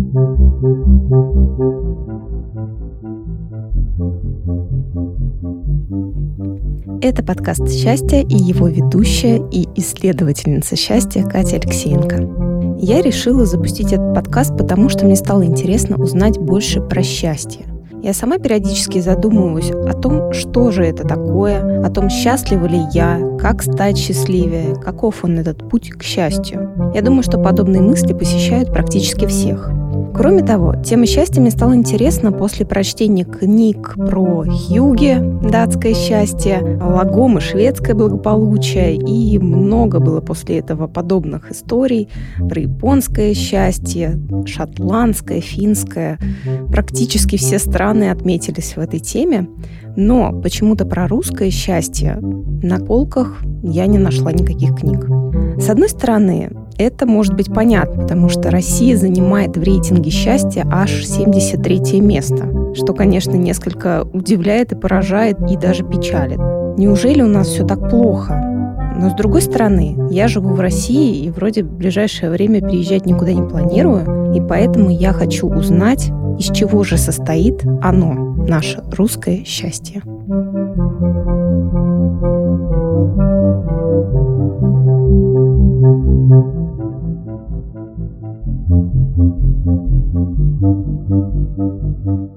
Это подкаст «Счастье» и его ведущая и исследовательница счастья Катя Алексеенко. Я решила запустить этот подкаст, потому что мне стало интересно узнать больше про счастье. Я сама периодически задумываюсь о том, что же это такое, о том, счастлива ли я, как стать счастливее, каков он этот путь к счастью. Я думаю, что подобные мысли посещают практически всех. Кроме того, тема счастья мне стала интересна после прочтения книг про Хюге, датское счастье, Лагома, шведское благополучие, и много было после этого подобных историй про японское счастье, шотландское, финское. Практически все страны отметились в этой теме, но почему-то про русское счастье на полках я не нашла никаких книг. С одной стороны, это может быть понятно, потому что Россия занимает в рейтинге счастья аж 73-е место, что, конечно, несколько удивляет и поражает, и даже печалит. Неужели у нас все так плохо? Но, с другой стороны, я живу в России и вроде в ближайшее время переезжать никуда не планирую, и поэтому я хочу узнать, из чего же состоит оно, наше русское счастье.